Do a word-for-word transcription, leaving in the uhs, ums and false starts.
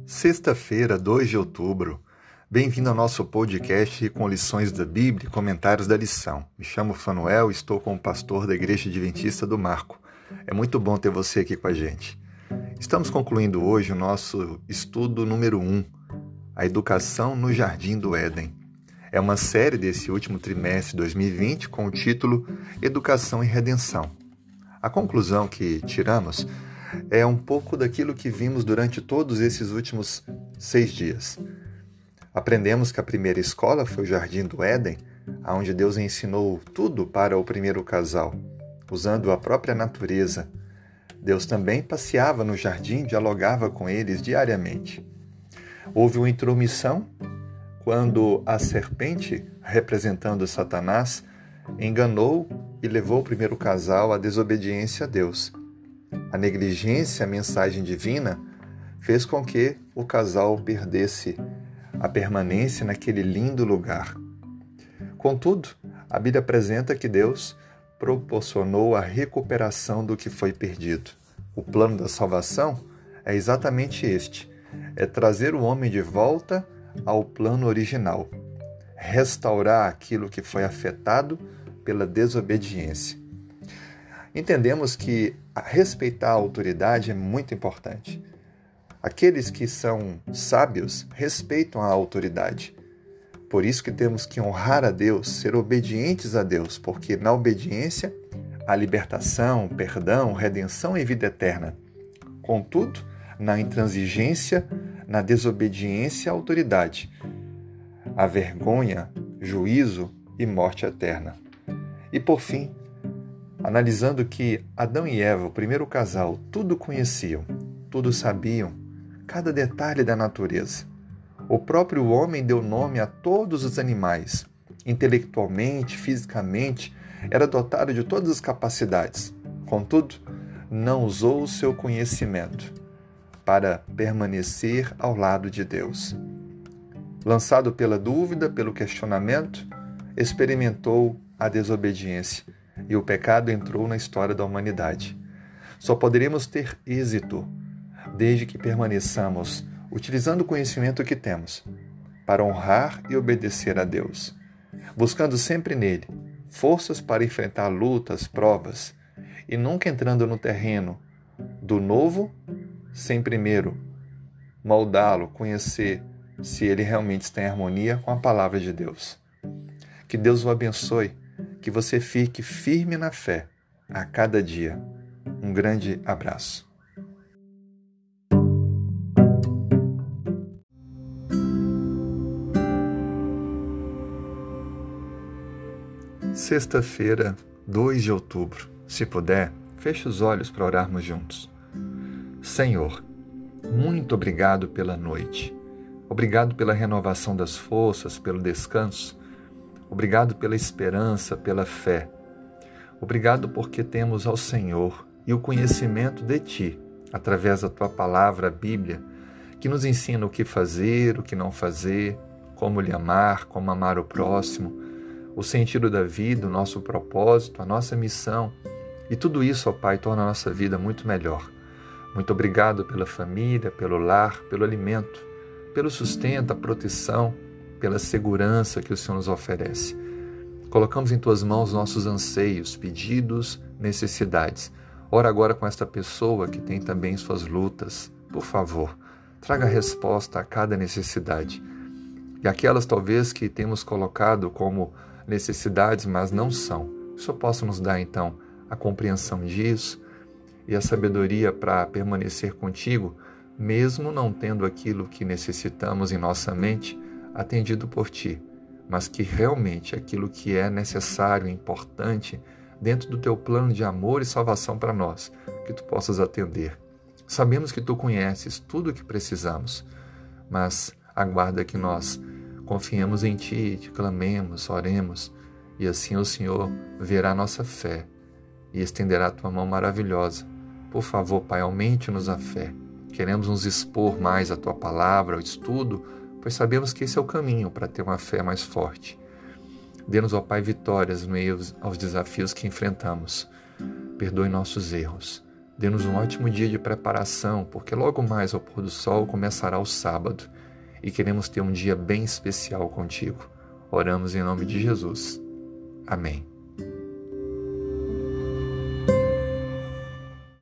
Sexta-feira, dois de outubro. Bem-vindo ao nosso podcast com lições da Bíblia e comentários da lição. Me chamo Fanuel e estou como pastor da Igreja Adventista do Marco. É muito bom ter você aqui com a gente. Estamos concluindo hoje o nosso estudo número um, a educação no Jardim do Éden. É uma série desse último trimestre de dois mil e vinte com o título Educação e Redenção. A conclusão que tiramos é um pouco daquilo que vimos durante todos esses últimos seis dias. Aprendemos que a primeira escola foi o Jardim do Éden, onde Deus ensinou tudo para o primeiro casal, usando a própria natureza. Deus também passeava no jardim e dialogava com eles diariamente. Houve uma intromissão quando a serpente, representando Satanás, enganou e levou o primeiro casal à desobediência a Deus. A negligência à mensagem divina fez com que o casal perdesse a permanência naquele lindo lugar. Contudo, a Bíblia apresenta que Deus proporcionou a recuperação do que foi perdido. O plano da salvação é exatamente este: é trazer o homem de volta ao plano original, restaurar aquilo que foi afetado pela desobediência. Entendemos que respeitar a autoridade é muito importante. Aqueles que são sábios respeitam a autoridade. Por isso que temos que honrar a Deus, ser obedientes a Deus, porque na obediência há libertação, perdão, redenção e vida eterna. Contudo, na intransigência, na desobediência à autoridade, há vergonha, juízo e morte eterna. E por fim, analisando que Adão e Eva, o primeiro casal, tudo conheciam, tudo sabiam, cada detalhe da natureza. O próprio homem deu nome a todos os animais. Intelectualmente, fisicamente, era dotado de todas as capacidades. Contudo, não usou o seu conhecimento para permanecer ao lado de Deus. Lançado pela dúvida, pelo questionamento, experimentou a desobediência. E o pecado entrou na história da humanidade. Só poderemos ter êxito desde que permaneçamos utilizando o conhecimento que temos para honrar e obedecer a Deus, buscando sempre nele forças para enfrentar lutas, provas, e nunca entrando no terreno do novo sem primeiro moldá-lo, conhecer se ele realmente está em harmonia com a palavra de Deus. Que Deus o abençoe, que você fique firme na fé a cada dia. Um grande abraço. Sexta-feira, dois de outubro. Se puder, feche os olhos para orarmos juntos. Senhor, muito obrigado pela noite. Obrigado pela renovação das forças, pelo descanso. Obrigado pela esperança, pela fé. Obrigado porque temos ao Senhor e o conhecimento de Ti, através da Tua palavra, a Bíblia, que nos ensina o que fazer, o que não fazer, como lhe amar, como amar o próximo, o sentido da vida, o nosso propósito, a nossa missão. E tudo isso, ó Pai, torna a nossa vida muito melhor. Muito obrigado pela família, pelo lar, pelo alimento, pelo sustento, a proteção, pela segurança que o Senhor nos oferece. Colocamos em Tuas mãos nossos anseios, pedidos, necessidades. Ora agora com esta pessoa que tem também suas lutas. Por favor, traga resposta a cada necessidade. E aquelas talvez que temos colocado como necessidades, mas não são. Que o Senhor possa nos dar então a compreensão disso e a sabedoria para permanecer contigo, mesmo não tendo aquilo que necessitamos em nossa mente atendido por Ti, mas que realmente aquilo que é necessário e importante dentro do Teu plano de amor e salvação para nós, que Tu possas atender. Sabemos que Tu conheces tudo o que precisamos, mas aguarda que nós confiemos em Ti, te clamemos, oremos, e assim o Senhor verá a nossa fé e estenderá a Tua mão maravilhosa. Por favor, Pai, aumente-nos a fé. Queremos nos expor mais à Tua palavra, ao estudo, pois sabemos que esse é o caminho para ter uma fé mais forte. Dê-nos, ó Pai, vitórias no meio aos desafios que enfrentamos. Perdoe nossos erros. Dê-nos um ótimo dia de preparação, porque logo mais ao pôr do sol começará o sábado e queremos ter um dia bem especial contigo. Oramos em nome de Jesus. Amém.